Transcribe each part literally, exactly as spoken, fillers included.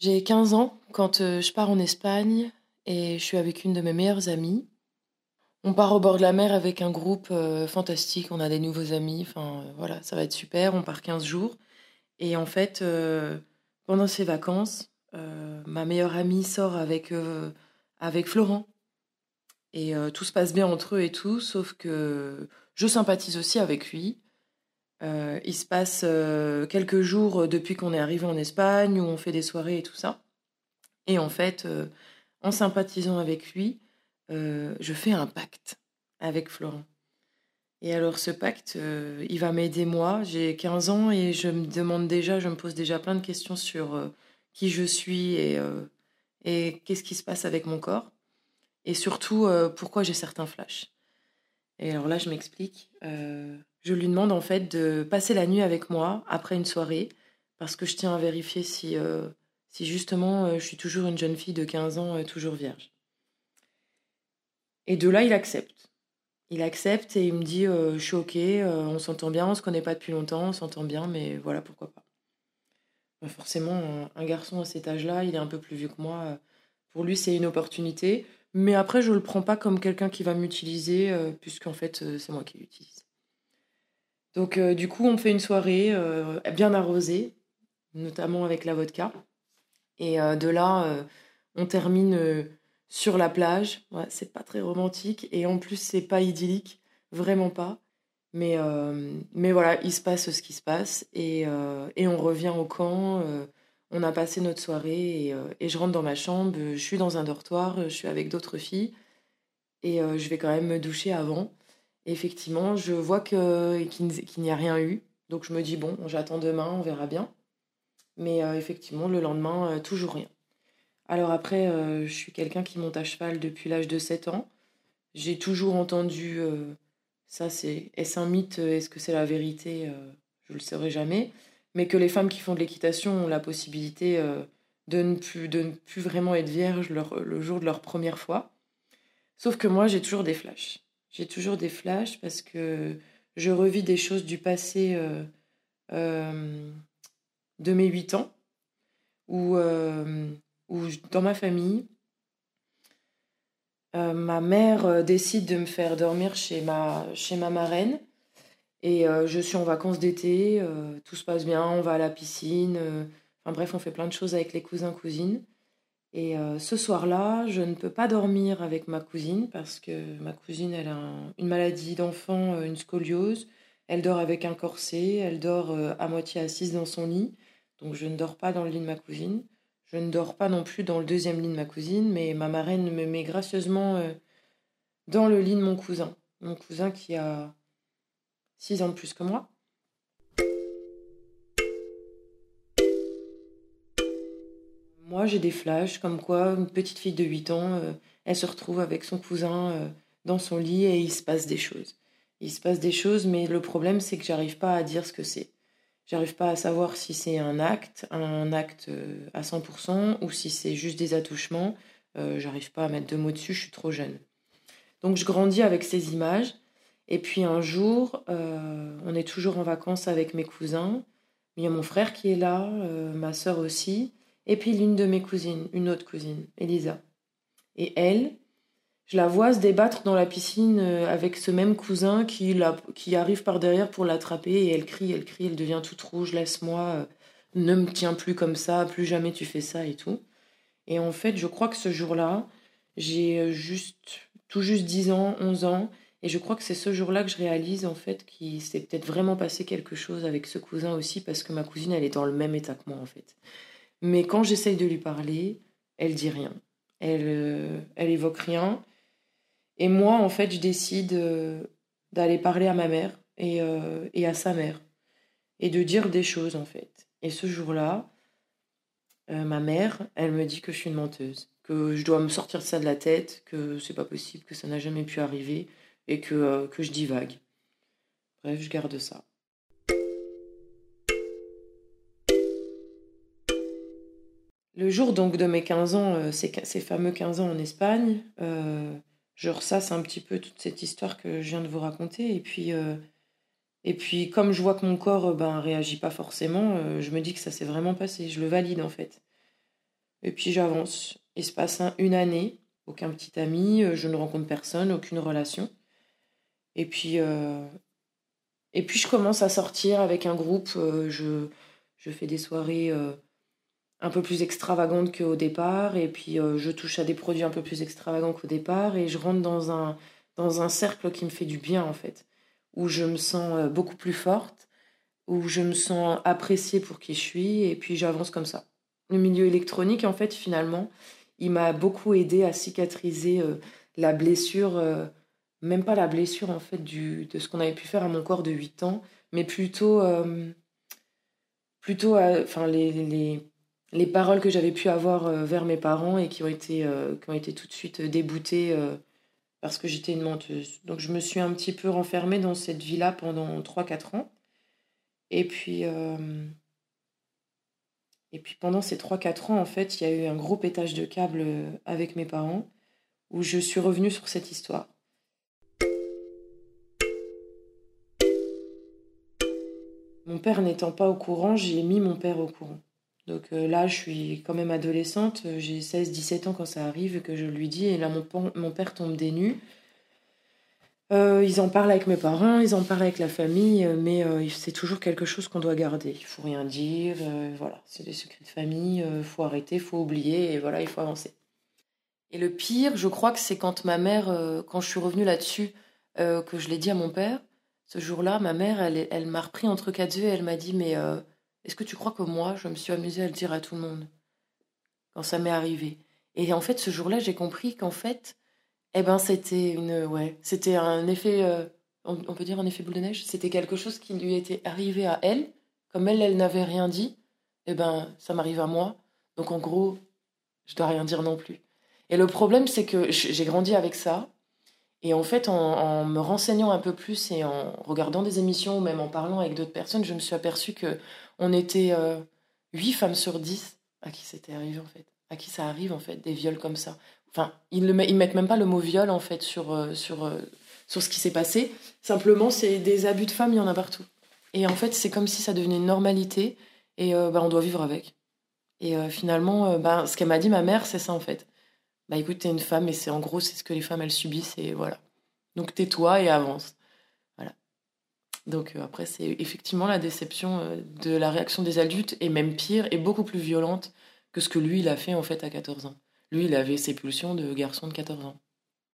J'ai quinze ans quand euh, je pars en Espagne et je suis avec une de mes meilleures amies. On part au bord de la mer avec un groupe euh, fantastique, on a des nouveaux amis, enfin euh, voilà, ça va être super, on part quinze jours. Et en fait, euh, pendant ces vacances, euh, ma meilleure amie sort avec, euh, avec Florent. Et euh, tout se passe bien entre eux et tout, sauf que je sympathise aussi avec lui. Euh, il se passe euh, quelques jours depuis qu'on est arrivé en Espagne, où on fait des soirées et tout ça. Et en fait, euh, en sympathisant avec lui, euh, je fais un pacte avec Florent. Et alors ce pacte, euh, il va m'aider moi. J'ai quinze ans et je me demande déjà, je me pose déjà plein de questions sur euh, qui je suis et, euh, et qu'est-ce qui se passe avec mon corps. Et surtout, euh, pourquoi j'ai certains flashs. Et alors là, je m'explique. Euh, je lui demande en fait de passer la nuit avec moi après une soirée parce que je tiens à vérifier si, euh, si justement euh, je suis toujours une jeune fille de quinze ans, euh, toujours vierge. Et de là, il accepte. Il accepte et il me dit euh, je suis ok, euh, on s'entend bien, on se connaît pas depuis longtemps, on s'entend bien, mais voilà, pourquoi pas. Bah, forcément, un, un garçon à cet âge-là, il est un peu plus vieux que moi. euh, Pour lui, c'est une opportunité. Mais après, je le prends pas comme quelqu'un qui va m'utiliser, euh, puisqu'en fait, euh, c'est moi qui l'utilise. Donc, euh, du coup, on fait une soirée euh, bien arrosée, notamment avec la vodka. Et euh, de là, euh, on termine euh, sur la plage. Ouais, c'est pas très romantique. Et en plus, c'est pas idyllique. Vraiment pas. Mais, euh, mais voilà, il se passe ce qui se passe. Et, euh, et on revient au camp. Euh, on a passé notre soirée. Et, euh, et je rentre dans ma chambre. Je suis dans un dortoir. Je suis avec d'autres filles. Et euh, je vais quand même me doucher avant. Et effectivement, je vois que, qu'il n- qu'il n'y a rien eu. Donc je me dis, bon, j'attends demain, on verra bien. Mais euh, effectivement, le lendemain, euh, toujours rien. Alors après, euh, je suis quelqu'un qui monte à cheval depuis l'âge de sept ans. J'ai toujours entendu, euh, ça c'est, est-ce un mythe, est-ce que c'est la vérité, euh, je ne le saurai jamais, mais que les femmes qui font de l'équitation ont la possibilité euh, de, ne plus, de ne plus vraiment être vierges leur- le jour de leur première fois. Sauf que moi, j'ai toujours des flashs. J'ai toujours des flashs parce que je revis des choses du passé euh, euh, de mes huit ans, où, euh, où je- dans ma famille, Euh, ma mère euh, décide de me faire dormir chez ma, chez ma marraine. Et euh, je suis en vacances d'été, euh, tout se passe bien, on va à la piscine. euh, Enfin bref, on fait plein de choses avec les cousins, cousines. Et euh, ce soir-là, je ne peux pas dormir avec ma cousine parce que ma cousine, elle a un- une maladie d'enfant, euh, une scoliose. Elle dort avec un corset, elle dort euh, à moitié assise dans son lit. Donc je ne dors pas dans le lit de ma cousine. Je ne dors pas non plus dans le deuxième lit de ma cousine, mais ma marraine me met gracieusement euh, dans le lit de mon cousin. Mon cousin qui a six ans de plus que moi. Moi, j'ai des flashs comme quoi une petite fille de huit ans, euh, elle se retrouve avec son cousin euh, dans son lit et il se passe des choses. Il se passe des choses, mais le problème, c'est que j'arrive pas à dire ce que c'est. J'arrive pas à savoir si c'est un acte, un acte euh, à cent pour cent, ou si c'est juste des attouchements. Euh, j'arrive pas à mettre de mots dessus, je suis trop jeune. Donc je grandis avec ces images. Et puis un jour, euh, on est toujours en vacances avec mes cousins. Il y a mon frère qui est là, euh, ma sœur aussi. Et puis l'une de mes cousines, une autre cousine, Elisa. Et elle, je la vois se débattre dans la piscine euh, avec ce même cousin qui, la, qui arrive par derrière pour l'attraper. Et elle crie, elle crie, elle devient toute rouge, laisse-moi, euh, ne me tiens plus comme ça, plus jamais tu fais ça et tout. Et en fait, je crois que ce jour-là, j'ai euh, juste, tout juste dix ans, onze ans, et je crois que c'est ce jour-là que je réalise en fait qu'il s'est peut-être vraiment passé quelque chose avec ce cousin aussi, parce que ma cousine, elle est dans le même état que moi en fait. Mais quand j'essaye de lui parler, elle dit rien. Elle, euh, elle évoque rien. Et moi, en fait, je décide euh, d'aller parler à ma mère et, euh, et à sa mère, et de dire des choses en fait. Et ce jour-là, euh, ma mère, elle me dit que je suis une menteuse, que je dois me sortir de ça de la tête, que c'est pas possible, que ça n'a jamais pu arriver et que, euh, que je divague. Bref, je garde ça. Le jour donc de mes quinze ans, euh, ces, ces fameux quinze ans en Espagne, euh, je ressasse un petit peu toute cette histoire que je viens de vous raconter. Et puis, euh, et puis comme je vois que mon corps euh, ben, réagit pas forcément, euh, je me dis que ça s'est vraiment passé. Je le valide en fait. Et puis j'avance. Il se passe un- une année, aucun petit ami, euh, je ne rencontre personne, aucune relation. Et puis, euh, et puis je commence à sortir avec un groupe. euh, je, je fais des soirées euh, un peu plus extravagantes qu'au départ. Et puis euh, je touche à des produits un peu plus extravagants qu'au départ. Et je rentre dans un, dans un cercle qui me fait du bien, en fait. Où je me sens euh, beaucoup plus forte, où je me sens appréciée pour qui je suis. Et puis j'avance comme ça. Le milieu électronique, en fait, finalement, il m'a beaucoup aidé à cicatriser euh, la blessure, euh, même pas la blessure, en fait, du, de ce qu'on avait pu faire à mon corps de huit ans, mais plutôt, euh, plutôt à- enfin, les, les, les paroles que j'avais pu avoir euh, vers mes parents et qui ont été, euh, qui ont été tout de suite déboutées euh, parce que j'étais une menteuse. Donc je me suis un petit peu renfermée dans cette vie-là pendant trois quatre ans. Et puis, euh, et puis pendant ces trois quatre ans, en fait, il y a eu un gros pétage de câble euh, avec mes parents où je suis revenue sur cette histoire. Mon père n'étant pas au courant, j'ai mis mon père au courant. Donc euh, là, je suis quand même adolescente, euh, j'ai seize dix-sept ans quand ça arrive et que je lui dis, et là, mon, pan- mon père tombe des nues. Euh, ils en parlent avec mes parents, ils en parlent avec la famille, euh, mais euh, c'est toujours quelque chose qu'on doit garder. Il faut rien dire, euh, voilà, c'est des secrets de famille, il faut arrêter, il faut oublier, et voilà, il faut avancer. Et le pire, je crois que c'est quand ma mère, euh, quand je suis revenue là-dessus, euh, que je l'ai dit à mon père, ce jour-là, ma mère, elle, elle m'a repris entre quatre yeux et elle m'a dit, mais euh, est-ce que tu crois que moi, je me suis amusée à le dire à tout le monde quand ça m'est arrivé? Et en fait, ce jour-là, j'ai compris qu'en fait, eh ben, c'était une, ouais, c'était un effet, euh, on, on peut dire un effet boule de neige. C'était quelque chose qui lui était arrivé à elle, comme elle, elle n'avait rien dit. Eh ben, ça m'arrive à moi. Donc en gros, je dois rien dire non plus. Et le problème, c'est que j'ai grandi avec ça. Et en fait, en, en me renseignant un peu plus et en regardant des émissions ou même en parlant avec d'autres personnes, je me suis aperçue que on était euh, huit femmes sur dix à qui c'était arrivé en fait, à qui ça arrive en fait, des viols comme ça. Enfin, ils ne ils mettent même pas le mot viol en fait sur, euh, sur, euh, sur ce qui s'est passé. Simplement, c'est des abus de femmes, il y en a partout. Et en fait, c'est comme si ça devenait une normalité et euh, bah, on doit vivre avec. Et euh, finalement, euh, bah, ce qu'elle m'a dit, ma mère, c'est ça en fait. Bah écoute, t'es une femme et c'est en gros, c'est ce que les femmes elles subissent et voilà. Donc tais-toi et avance. Voilà. Donc euh, après, c'est effectivement la déception euh, de la réaction des adultes et même pire et beaucoup plus violente que ce que lui, il a fait en fait à quatorze ans. Lui, il avait ses pulsions de garçon de quatorze ans.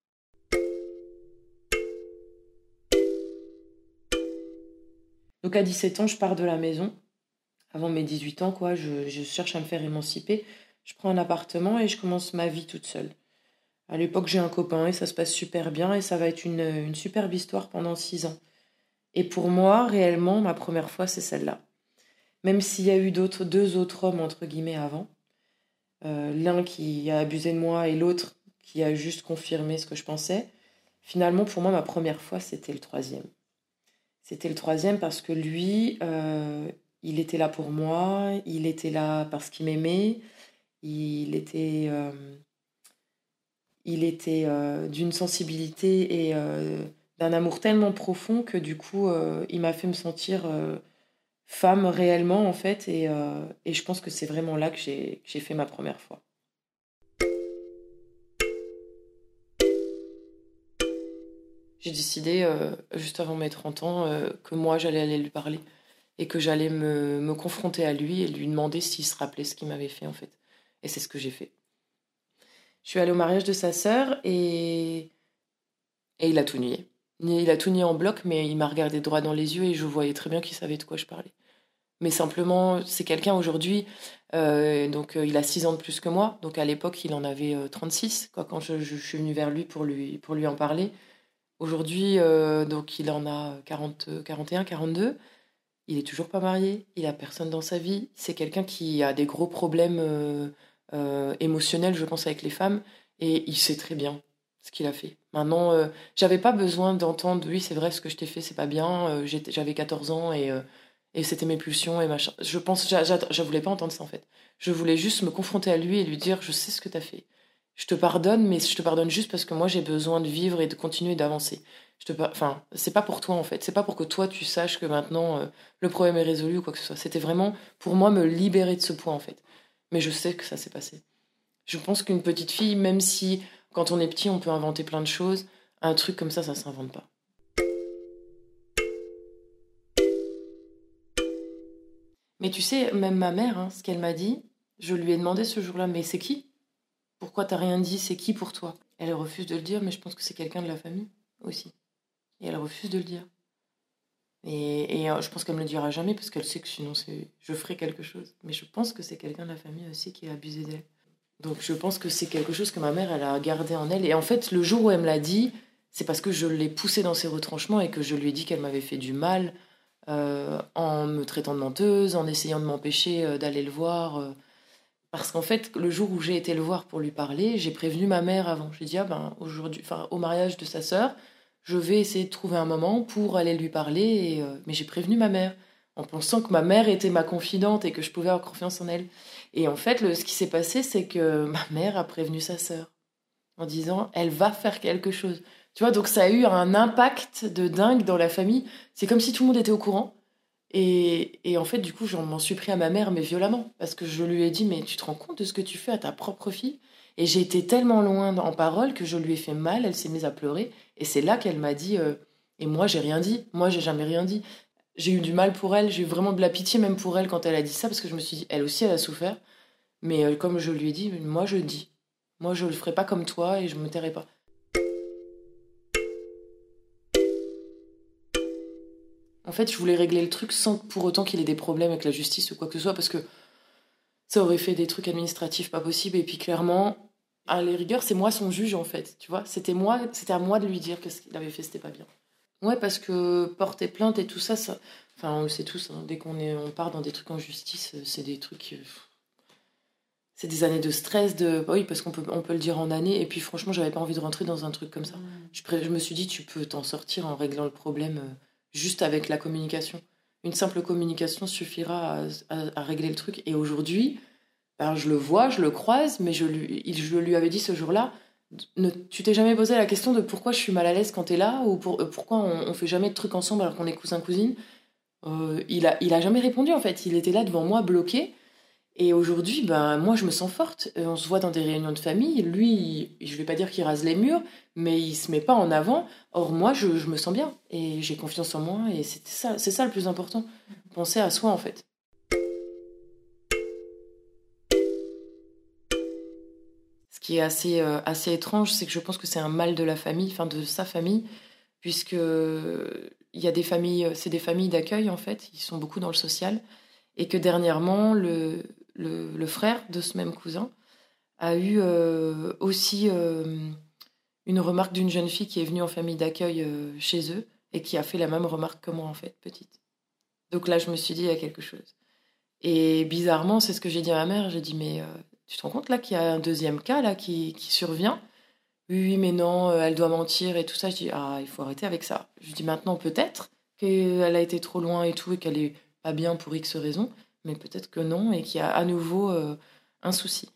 Donc à dix-sept ans, je pars de la maison. Avant mes dix-huit ans, quoi, je, je cherche à me faire émanciper. Je prends un appartement et je commence ma vie toute seule. À l'époque, j'ai un copain et ça se passe super bien et ça va être une, une superbe histoire pendant six ans. Et pour moi, réellement, ma première fois, c'est celle-là. Même s'il y a eu d'autres, deux autres hommes, entre guillemets, avant, euh, l'un qui a abusé de moi et l'autre qui a juste confirmé ce que je pensais, finalement, pour moi, ma première fois, c'était le troisième. C'était le troisième parce que lui, euh, il était là pour moi, il était là parce qu'il m'aimait, il était, euh, il était euh, d'une sensibilité et euh, d'un amour tellement profond que du coup, euh, il m'a fait me sentir euh, femme réellement en fait et, euh, et je pense que c'est vraiment là que j'ai que j'ai fait ma première fois. J'ai décidé euh, juste avant mes trente ans euh, que moi j'allais aller lui parler et que j'allais me, me confronter à lui et lui demander s'il se rappelait ce qu'il m'avait fait en fait. Et c'est ce que j'ai fait. Je suis allée au mariage de sa sœur et, et il a tout nié. Il a tout nié en bloc, mais il m'a regardé droit dans les yeux et je voyais très bien qu'il savait de quoi je parlais. Mais simplement, c'est quelqu'un aujourd'hui, euh, donc euh, il a six ans de plus que moi, donc à l'époque il en avait euh, trente-six, quoi, quand je, je suis venue vers lui pour lui, pour lui en parler. Aujourd'hui, euh, donc il en a quarante, quarante et un, quarante-deux, il est toujours pas marié, il a personne dans sa vie, c'est quelqu'un qui a des gros problèmes euh, euh, émotionnels, je pense, avec les femmes, et il sait très bien ce qu'il a fait. Maintenant, euh, j'avais pas besoin d'entendre, oui, c'est vrai, ce que je t'ai fait, c'est pas bien, euh, j'étais- j'avais quatorze ans et, euh, et c'était mes pulsions et machin. Je pense, j'a- j'a- je voulais pas entendre ça en fait. Je voulais juste me confronter à lui et lui dire, je sais ce que t'as fait. Je te pardonne, mais je te pardonne juste parce que moi j'ai besoin de vivre et de continuer d'avancer. Je te, par- enfin, c'est pas pour toi en fait. C'est pas pour que toi tu saches que maintenant euh, le problème est résolu ou quoi que ce soit. C'était vraiment pour moi me libérer de ce poids en fait. Mais je sais que ça s'est passé. Je pense qu'une petite fille, même si quand on est petit, on peut inventer plein de choses, un truc comme ça, ça s'invente pas. Mais tu sais, même ma mère, hein, ce qu'elle m'a dit, je lui ai demandé ce jour-là, mais c'est qui? Pourquoi t'as rien dit? C'est qui pour toi? Elle refuse de le dire, mais je pense que c'est quelqu'un de la famille aussi. Et elle refuse de le dire. Et, et euh, je pense qu'elle me le dira jamais parce qu'elle sait que sinon c'est... je ferai quelque chose. Mais je pense que c'est quelqu'un de la famille aussi qui a abusé d'elle. Donc je pense que c'est quelque chose que ma mère, elle a gardé en elle. Et en fait, le jour où elle me l'a dit, c'est parce que je l'ai poussée dans ses retranchements et que je lui ai dit qu'elle m'avait fait du mal euh, en me traitant de menteuse, en essayant de m'empêcher euh, d'aller le voir. euh. Parce qu'en fait, le jour où j'ai été le voir pour lui parler, j'ai prévenu ma mère avant. J'ai dit, ah ben, aujourd'hui, enfin, au mariage de sa sœur, je vais essayer de trouver un moment pour aller lui parler. Et, euh, mais j'ai prévenu ma mère, en pensant que ma mère était ma confidente et que je pouvais avoir confiance en elle. Et en fait, le, ce qui s'est passé, c'est que ma mère a prévenu sa sœur en disant, elle va faire quelque chose. Tu vois, donc ça a eu un impact de dingue dans la famille. C'est comme si tout le monde était au courant. Et, et en fait, du coup, j'en m'en suis pris à ma mère, mais violemment. Parce que je lui ai dit, mais tu te rends compte de ce que tu fais à ta propre fille? Et j'ai été tellement loin en parole que je lui ai fait mal, elle s'est mise à pleurer. Et c'est là qu'elle m'a dit, euh, et moi, j'ai rien dit. Moi, j'ai jamais rien dit. J'ai eu du mal pour elle, j'ai eu vraiment de la pitié même pour elle quand elle a dit ça, parce que je me suis dit, elle aussi, elle a souffert. Mais euh, comme je lui ai dit, moi, je dis. Moi, je le ferai pas comme toi et je me tairai pas. En fait, je voulais régler le truc sans pour autant qu'il ait des problèmes avec la justice ou quoi que ce soit, parce que ça aurait fait des trucs administratifs pas possibles. Et puis clairement, à la rigueur, c'est moi son juge en fait. Tu vois, c'était moi, c'était à moi de lui dire que ce qu'il avait fait, c'était pas bien. Ouais, parce que porter plainte et tout ça, ça... enfin, on le sait tous, hein, dès qu'on est, on part dans des trucs en justice, euh, c'est des trucs. euh, C'est des années de stress, de. Bah oui, parce qu'on peut, on peut le dire en années. Et puis franchement, j'avais pas envie de rentrer dans un truc comme ça. Je, pré- je me suis dit, tu peux t'en sortir en réglant le problème euh, juste avec la communication. Une simple communication suffira à, à- à régler le truc. Et aujourd'hui, ben, je le vois, je le croise, mais je lui, il- je lui avais dit ce jour-là, ne, tu t'es jamais posé la question de pourquoi je suis mal à l'aise quand t'es là ou pour, euh, pourquoi on, on fait jamais de trucs ensemble alors qu'on est cousin-cousine. Euh, il a, il a jamais répondu en fait. Il était là devant moi bloqué. Et aujourd'hui, ben, moi, je me sens forte. Euh, On se voit dans des réunions de famille. Lui, il- je vais pas dire qu'il rase les murs, mais il se met pas en avant. Or, moi, je, je me sens bien et j'ai confiance en moi. Et c'est ça, c'est ça le plus important. Penser à soi, en fait. Ce qui est assez, euh, assez étrange, c'est que je pense que c'est un mal de la famille, enfin de sa famille, puisque euh, il y a des familles, c'est des familles d'accueil, en fait. Ils sont beaucoup dans le social. Et que dernièrement, le, le, le frère de ce même cousin a eu euh, aussi euh, une remarque d'une jeune fille qui est venue en famille d'accueil euh, chez eux et qui a fait la même remarque que moi, en fait, petite. Donc là, je me suis dit, il y a quelque chose. Et bizarrement, c'est ce que j'ai dit à ma mère. J'ai dit, mais euh, tu te rends compte là qu'il y a un deuxième cas là qui, qui survient? Oui, oui, mais non, euh, elle doit mentir et tout ça. Je dis, ah, il faut arrêter avec ça. Je dis, maintenant, peut-être qu'elle a été trop loin et tout et qu'elle est pas bien pour X raisons, mais peut-être que non et qu'il y a à nouveau euh, un souci.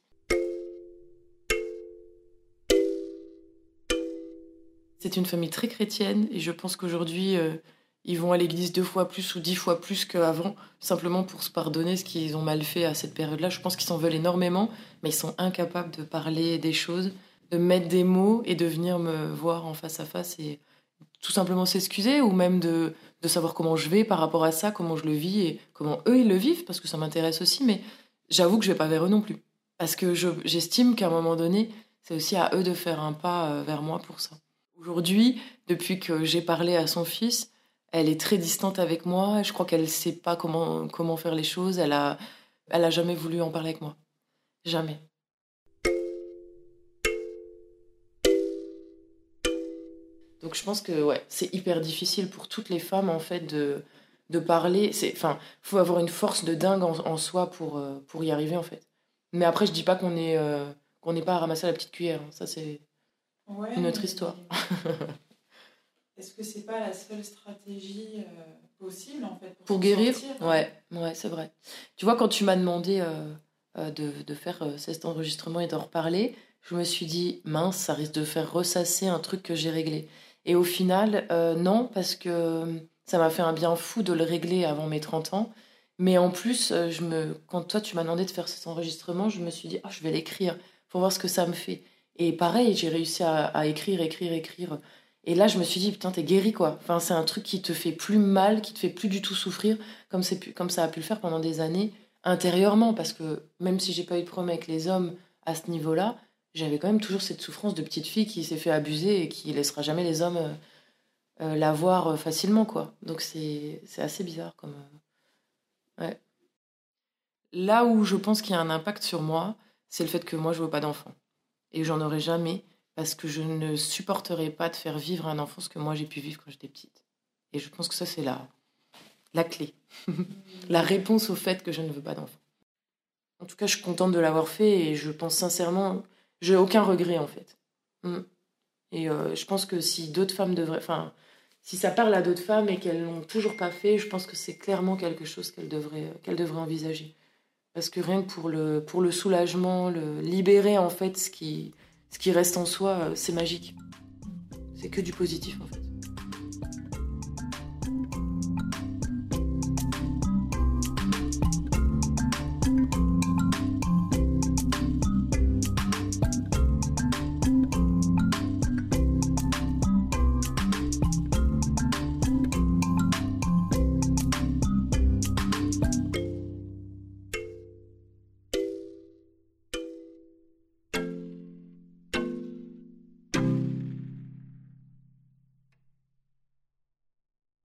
C'est une famille très chrétienne et je pense qu'aujourd'hui, euh, ils vont à l'église deux fois plus ou dix fois plus qu'avant, simplement pour se pardonner ce qu'ils ont mal fait à cette période-là. Je pense qu'ils s'en veulent énormément, mais ils sont incapables de parler des choses, de mettre des mots et de venir me voir en face à face et tout simplement s'excuser ou même de, de savoir comment je vais par rapport à ça, comment je le vis et comment eux ils le vivent, parce que ça m'intéresse aussi, mais j'avoue que je vais pas vers eux non plus. Parce que je- j'estime qu'à un moment donné, c'est aussi à eux de faire un pas euh, vers moi pour ça. Aujourd'hui, depuis que j'ai parlé à son fils, elle est très distante avec moi. Je crois qu'elle ne sait pas comment, comment faire les choses. Elle a, elle a jamais voulu en parler avec moi. Jamais. Donc je pense que ouais, c'est hyper difficile pour toutes les femmes en fait de, de parler. C'est, enfin, faut avoir une force de dingue en, en soi pour, euh, pour y arriver en fait. Mais après, je dis pas qu'on est, euh, qu'on n'est pas à ramasser la petite cuillère, hein. Ça, c'est Ouais, une mais autre histoire. est-ce que c'est pas la seule stratégie euh, possible en fait pour, Pour s'en guérir, sortir, hein? ouais, ouais, c'est vrai. Tu vois, quand tu m'as demandé euh, euh, de, de faire euh, cet enregistrement et d'en reparler, je me suis dit, mince, ça risque de faire ressasser un truc que j'ai réglé. Et au final, euh, non, parce que euh, ça m'a fait un bien fou de le régler avant mes trente ans. Mais en plus, euh, je me... quand toi, tu m'as demandé de faire cet enregistrement, je me suis dit, ah, je vais l'écrire. pour voir ce que ça me fait. Et pareil, j'ai réussi à, à écrire, écrire, écrire. Et là, je me suis dit, putain, t'es guéri, quoi. Enfin, c'est un truc qui te fait plus mal, qui te fait plus du tout souffrir, comme, c'est pu- comme ça a pu le faire pendant des années, intérieurement. Parce que même si j'ai pas eu de problème avec les hommes à ce niveau-là, j'avais quand même toujours cette souffrance de petite fille qui s'est fait abuser et qui laissera jamais les hommes euh, euh, la voir euh, facilement, quoi. Donc c'est c'est assez bizarre comme... euh, ouais. Là où je pense qu'il y a un impact sur moi, c'est le fait que moi, je veux pas d'enfant. Et j'en aurai jamais, parce que je ne supporterai pas de faire vivre à un enfant ce que moi, j'ai pu vivre quand j'étais petite. Et je pense que ça, c'est la, la clé. La réponse au fait que je ne veux pas d'enfant. En tout cas, je suis contente de l'avoir fait et je pense sincèrement... J'ai aucun regret, en fait. Mm. Et euh, je pense que si d'autres femmes devraient... Enfin, si ça parle à d'autres femmes et qu'elles l'ont toujours pas fait, je pense que c'est clairement quelque chose qu'elles devraient, qu'elles devraient envisager. Parce que rien que pour le, pour le soulagement, le libérer en fait ce qui, ce qui reste en soi, euh, c'est magique. C'est que du positif en fait.